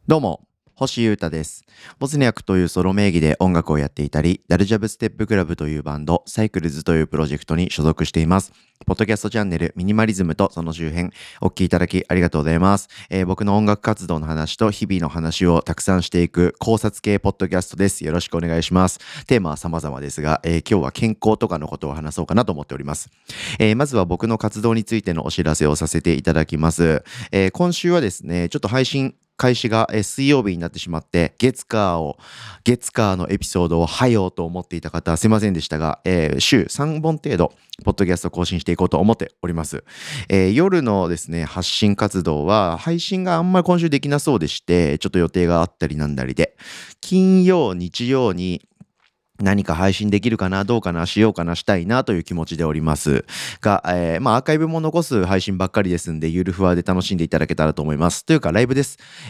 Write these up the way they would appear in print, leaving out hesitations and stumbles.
どうも、星優太です。ボズニャックというソロ名義で音楽をやっていたり、ダルジャブステップクラブというバンド、サイクルズというプロジェクトに所属しています。ポッドキャストチャンネル、ミニマリズムとその周辺、お聞きいただきありがとうございます。僕の音楽活動の話と日々の話をたくさんしていく考察系ポッドキャストです。よろしくお願いします。テーマは様々ですが、今日は健康とかのことを話そうかなと思っております。まずは僕の活動についてのお知らせをさせていただきます。今週はですね、ちょっと配信開始が水曜日になってしまって、月火のエピソードをはようと思っていた方はすいませんでしたが、週3本程度、ポッドキャスト更新していこうと思っております。夜のですね、発信活動は、配信があんまり今週できなそうでして、ちょっと予定があったりなんだりで、金曜、日曜に何か配信できるかな、どうかな、しようかな、したいなという気持ちでおりますが、アーカイブも残す配信ばっかりですんで、ゆるふわで楽しんでいただけたらと思います。というか、ライブです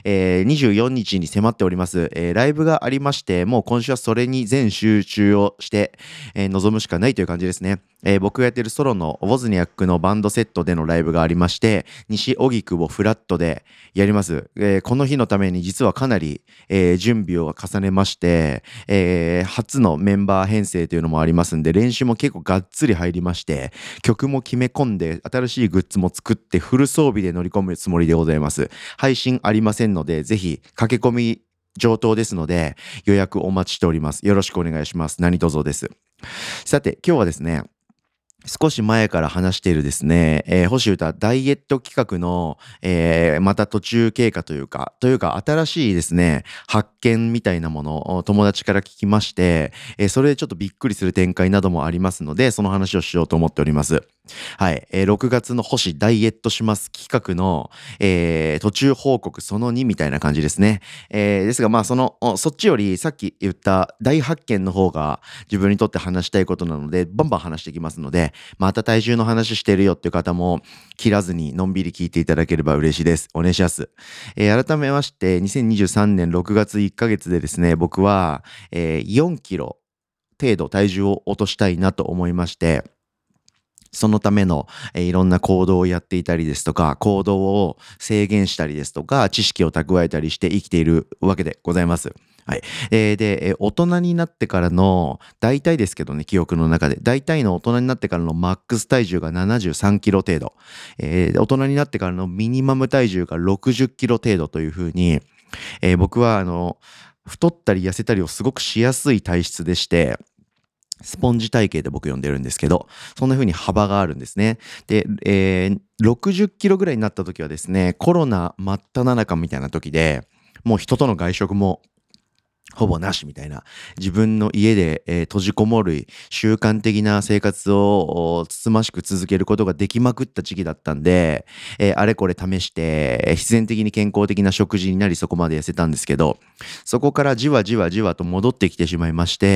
。24日に迫っております。ライブがありまして、もう今週はそれに全集中をして、臨むしかないという感じですね。僕がやっているソロのウォズニャックのバンドセットでのライブがありまして、西荻窪フラットでやります。この日のために実はかなり、準備を重ねまして、初のメンバー編成というのもありますんで、練習も結構がっつり入りまして、曲も決め込んで、新しいグッズも作ってフル装備で乗り込むつもりでございます。配信ありませんので、ぜひ駆け込み上等ですので、予約お待ちしております。よろしくお願いします。何卒です。さて、今日はですね、少し前から話しているですね、星歌ダイエット企画の、また途中経過というか新しいですね、発見みたいなものを友達から聞きまして、それでちょっとびっくりする展開などもありますので、その話をしようと思っております。はい、6月の星ダイエットします企画の、途中報告その2みたいな感じですね。ですが、そっちよりさっき言った大発見の方が自分にとって話したいことなので、バンバン話していきますので、また体重の話してるよっていう方も切らずにのんびり聞いていただければ嬉しいです。お願いします。改めまして、2023年6月1ヶ月でですね、僕は、4キロ程度体重を落としたいなと思いまして、そのための、いろんな行動をやっていたりですとか、行動を制限したりですとか、知識を蓄えたりして生きているわけでございます。はい。大人になってからの、大体ですけどね、記憶の中で、大体の大人になってからのマックス体重が73キロ程度、大人になってからのミニマム体重が60キロ程度というふうに、僕は太ったり痩せたりをすごくしやすい体質でして、スポンジ体型で僕呼んでるんですけど、そんな風に幅があるんですね。で、60キロぐらいになった時はですね、コロナ真っ只中みたいな時で、もう人との外食もほぼなしみたいな、自分の家で、閉じこもる習慣的な生活をつつましく続けることができまくった時期だったんで、あれこれ試して、必然的に健康的な食事になりそこまで痩せたんですけど、そこからじわじわじわと戻ってきてしまいまして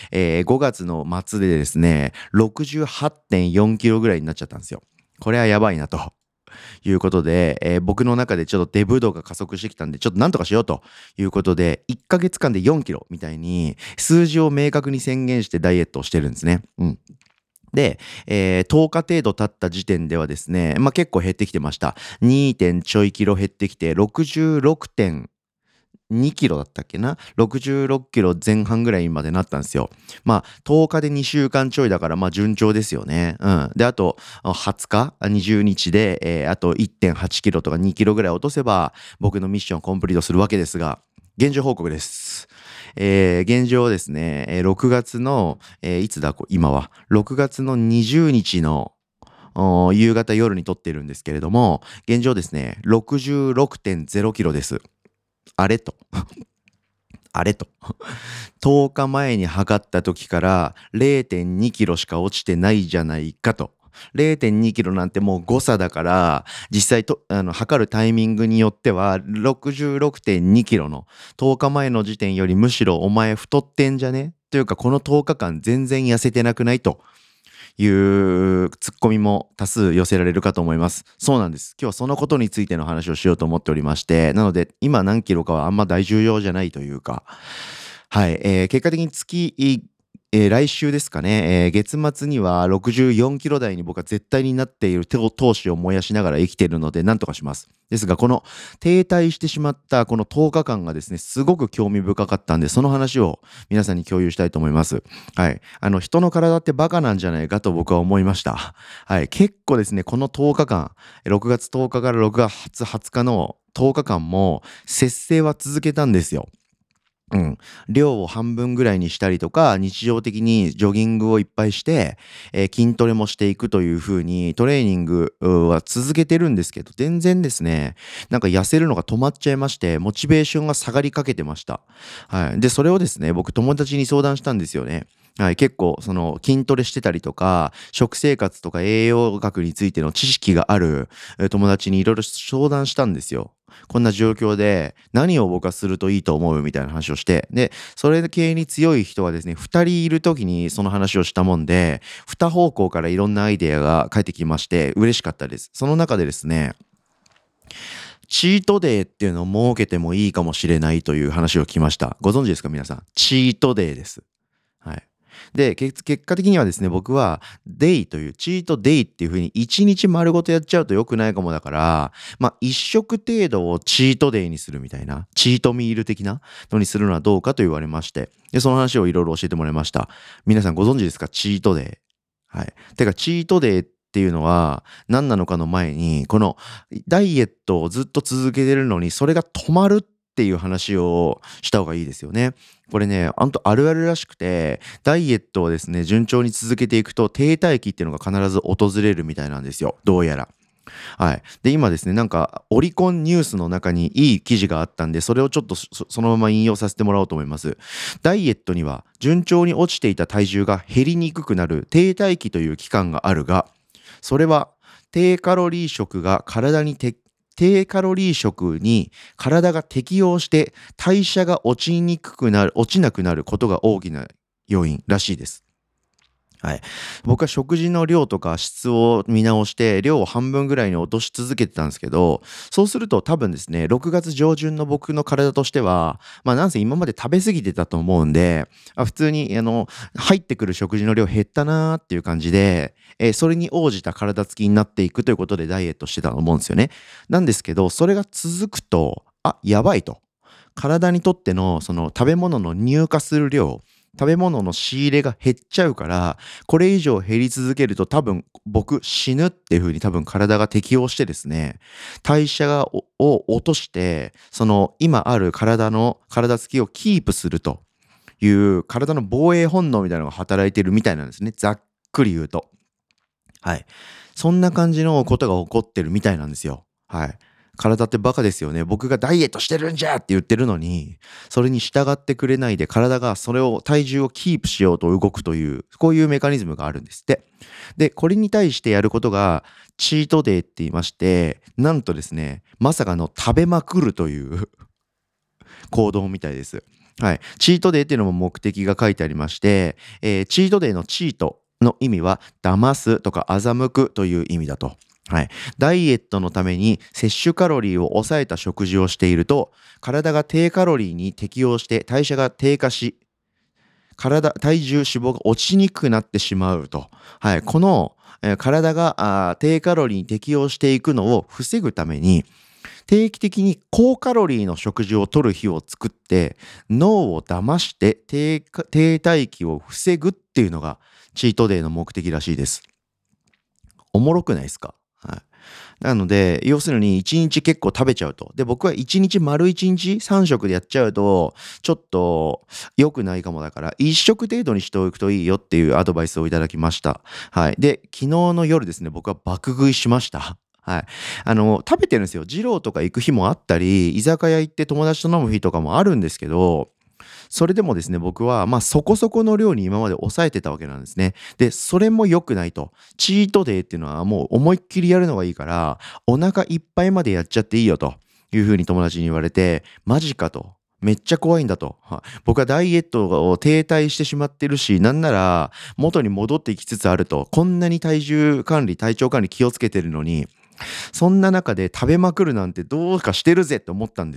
、5月の末でですね、68.4キロぐらいになっちゃったんですよ。これはやばいなと。いうことで、僕の中でちょっとデブ度が加速してきたんで、ちょっとなんとかしようということで、1ヶ月間で4キロみたいに数字を明確に宣言してダイエットをしてるんですね。うん。で、10日程度経った時点ではですね、結構減ってきてました。2. 点ちょいキロ減ってきて、66.2キロだったっけな、66キロ前半ぐらいまでなったんですよ。10日で2週間ちょいだから、順調ですよね。うん。で、あと、20日、20日で、あと1.8キロとか2キロぐらい落とせば、僕のミッションをコンプリートするわけですが、現状報告です。現状ですね、6月の、いつだ、今は。6月の20日の、夕方夜に撮ってるんですけれども、現状ですね、66.0 キロです。あれと。あれと。10日前に測った時から0.2キロしか落ちてないじゃないかと。0.2キロなんてもう誤差だから、実際と、測るタイミングによっては、66.2キロの10日前の時点よりむしろお前太ってんじゃねというか、この10日間全然痩せてなくないと。いうツッコミも多数寄せられるかと思います。そうなんです。今日はそのことについての話をしようと思っておりまして、なので今何キロかはあんま大重要じゃないというか、はい、結果的に来週ですかね、月末には64キロ台に僕は絶対になっている闘志を燃やしながら生きているので、なんとかします。ですが、この停滞してしまったこの10日間がですね、すごく興味深かったんで、その話を皆さんに共有したいと思います。はい。人の体ってバカなんじゃないかと僕は思いました。はい。結構ですね、この10日間、6月10日から6月20日の10日間も節制は続けたんですよ。うん。量を半分ぐらいにしたりとか、日常的にジョギングをいっぱいして、筋トレもしていくという風にトレーニングは続けてるんですけど、全然ですね、なんか痩せるのが止まっちゃいまして、モチベーションが下がりかけてました。はい。で、それをですね、僕友達に相談したんですよね。はい、結構その筋トレしてたりとか、食生活とか栄養学についての知識がある友達にいろいろ相談したんですよ。こんな状況で何を僕はするといいと思うみたいな話をして、で、それ系に強い人がですね、2人いる時にその話をしたもんで、2方向からいろんなアイデアが返ってきまして、嬉しかったです。その中でですね、チートデーっていうのを設けてもいいかもしれないという話を聞きました。ご存知ですか皆さん。チートデーです。はい。で、結果的にはですね、僕はデイという、チートデイっていう風に1日丸ごとやっちゃうと良くないかもだから、1食程度をチートデイにするみたいな、チートミール的なのにするのはどうかと言われまして、で、その話をいろいろ教えてもらいました。皆さんご存知ですかチートデイ。はい。てか、チートデイっていうのは何なのかの前に、このダイエットをずっと続けてるのに、それが止まるっていう話をした方がいいですよね。これね、あるあるらしくて、ダイエットをですね、順調に続けていくと、停滞期っていうのが必ず訪れるみたいなんですよ。どうやら。はい。で、今ですね、なんか、オリコンニュースの中にいい記事があったんで、それをちょっとそのまま引用させてもらおうと思います。ダイエットには、順調に落ちていた体重が減りにくくなる停滞期という期間があるが、それは低カロリー食が低カロリー食に体が適応して代謝が落ちなくなることが大きな要因らしいです。はい。僕は食事の量とか質を見直して、量を半分ぐらいに落とし続けてたんですけど、そうすると多分ですね、6月上旬の僕の体としては、なんせ今まで食べ過ぎてたと思うんで、普通に、入ってくる食事の量減ったなーっていう感じで、それに応じた体つきになっていくということでダイエットしてたと思うんですよね。なんですけど、それが続くと、やばいと。体にとってのその食べ物の入荷する量、食べ物の仕入れが減っちゃうから、これ以上減り続けると多分僕死ぬっていう風に多分体が適応してですね、代謝を落として、その今ある体つきをキープするという体の防衛本能みたいなのが働いてるみたいなんですね。ざっくり言うと。はい。そんな感じのことが起こってるみたいなんですよ。はい。体ってバカですよね。僕がダイエットしてるんじゃって言ってるのに、それに従ってくれないで体が体重をキープしようと動くという、こういうメカニズムがあるんですって。で、これに対してやることが、チートデイって言いまして、なんとですね、まさかの食べまくるという行動みたいです。はい。チートデイっていうのも目的が書いてありまして、チートデイのチートの意味は、騙すとか欺くという意味だと。はい。ダイエットのために摂取カロリーを抑えた食事をしていると、体が低カロリーに適応して代謝が低下し、体重、脂肪が落ちにくくなってしまうと。はい。この、体が低カロリーに適応していくのを防ぐために、定期的に高カロリーの食事を取る日を作って脳を騙して停滞期を防ぐっていうのがチートデイの目的らしいです。おもろくないですか？はい。なので、要するに1日結構食べちゃうと。で、僕は1日丸1日3食でやっちゃうと、ちょっと良くないかもだから、1食程度にしておくといいよっていうアドバイスをいただきました。はい。で、昨日の夜ですね、僕は爆食いしました。はい。食べてるんですよ。二郎とか行く日もあったり、居酒屋行って友達と飲む日とかもあるんですけど、それでもですね、僕は、そこそこの量に今まで抑えてたわけなんですね。で、それも良くないと。チートデイっていうのはもう思いっきりやるのがいいから、お腹いっぱいまでやっちゃっていいよというふうに友達に言われて、マジかと。めっちゃ怖いんだと。僕はダイエットを停滞してしまってるし、なんなら元に戻っていきつつあると。こんなに体調管理気をつけてるのに、そんな中で食べまくるなんてどうかしてるぜって思ったんですよ。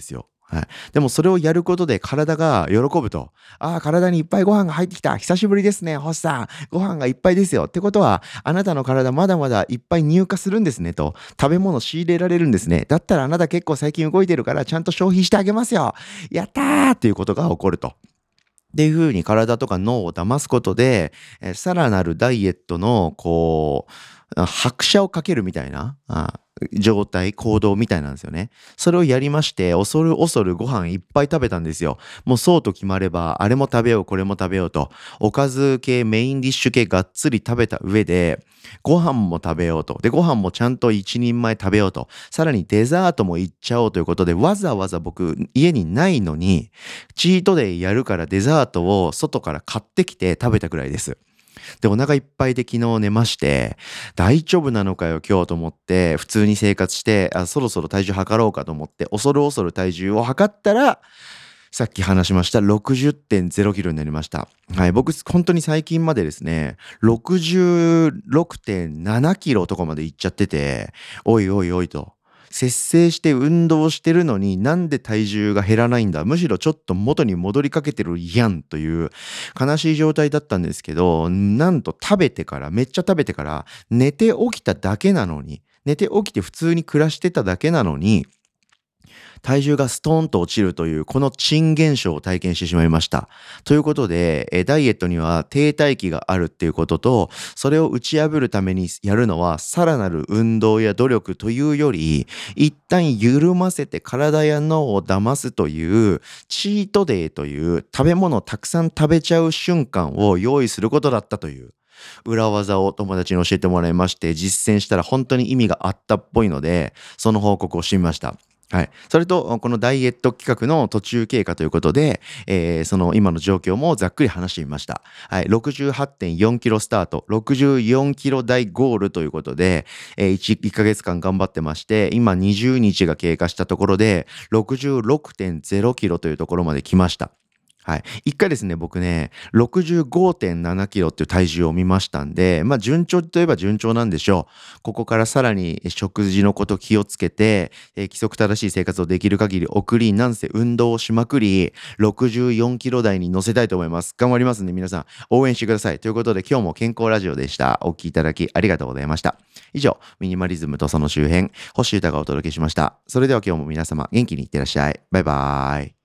はい。でもそれをやることで体が喜ぶと。ああ、体にいっぱいご飯が入ってきた。久しぶりですね、星さん。ご飯がいっぱいですよ。ってことは、あなたの体まだまだいっぱい入荷するんですねと。食べ物仕入れられるんですね。だったらあなた結構最近動いてるからちゃんと消費してあげますよ。やったーっていうことが起こると。っていう風に体とか脳を騙すことで、さらなるダイエットの、拍車をかけるみたいな、状態、行動みたいなんですよね。それをやりまして、恐る恐るご飯いっぱい食べたんですよ。もうそうと決まれば、あれも食べよう、これも食べようと、おかず系、メインディッシュ系がっつり食べた上で、ご飯も食べようと。で、ご飯もちゃんと一人前食べようと。さらにデザートもいっちゃおうということで、わざわざ僕、家にないのに、チートデイやるからデザートを外から買ってきて食べたくらいです。で、お腹いっぱいで昨日寝まして、大丈夫なのかよ今日と思って、普通に生活して、そろそろ体重測ろうかと思って、恐る恐る体重を測ったら、さっき話しました60.0キロになりました。はい、僕本当に最近までですね、66.7キロとかまで行っちゃってて、おいおいおいと。節制して運動してるのになんで体重が減らないんだ、むしろちょっと元に戻りかけてるやんという悲しい状態だったんですけど、なんとめっちゃ食べてから寝て起きただけなのに、寝て起きて普通に暮らしてただけなのに、体重がストーンと落ちるというこの珍現象を体験してしまいました。ということで、ダイエットには停滞期があるっていうことと、それを打ち破るためにやるのはさらなる運動や努力というより、一旦緩ませて体や脳を騙すというチートデイという食べ物をたくさん食べちゃう瞬間を用意することだったという裏技を友達に教えてもらいまして、実践したら本当に意味があったっぽいので、その報告をしてみました。はい。それと、このダイエット企画の途中経過ということで、その今の状況もざっくり話してみました。はい。68.4キロスタート、64キロ台ゴールということで、1ヶ月間頑張ってまして、今20日が経過したところで、66.0キロというところまで来ました。はい。一回ですね、僕ね、65.7キロっていう体重を見ましたんで、順調といえば順調なんでしょう。ここからさらに食事のこと気をつけて、規則正しい生活をできる限り送り、なんせ運動をしまくり、64キロ台に乗せたいと思います。頑張りますんで、皆さん応援してください。ということで、今日も健康ラジオでした。お聞きいただきありがとうございました。以上、ミニマリズムとその周辺、星歌がお届けしました。それでは今日も皆様元気にいってらっしゃい。バイバーイ。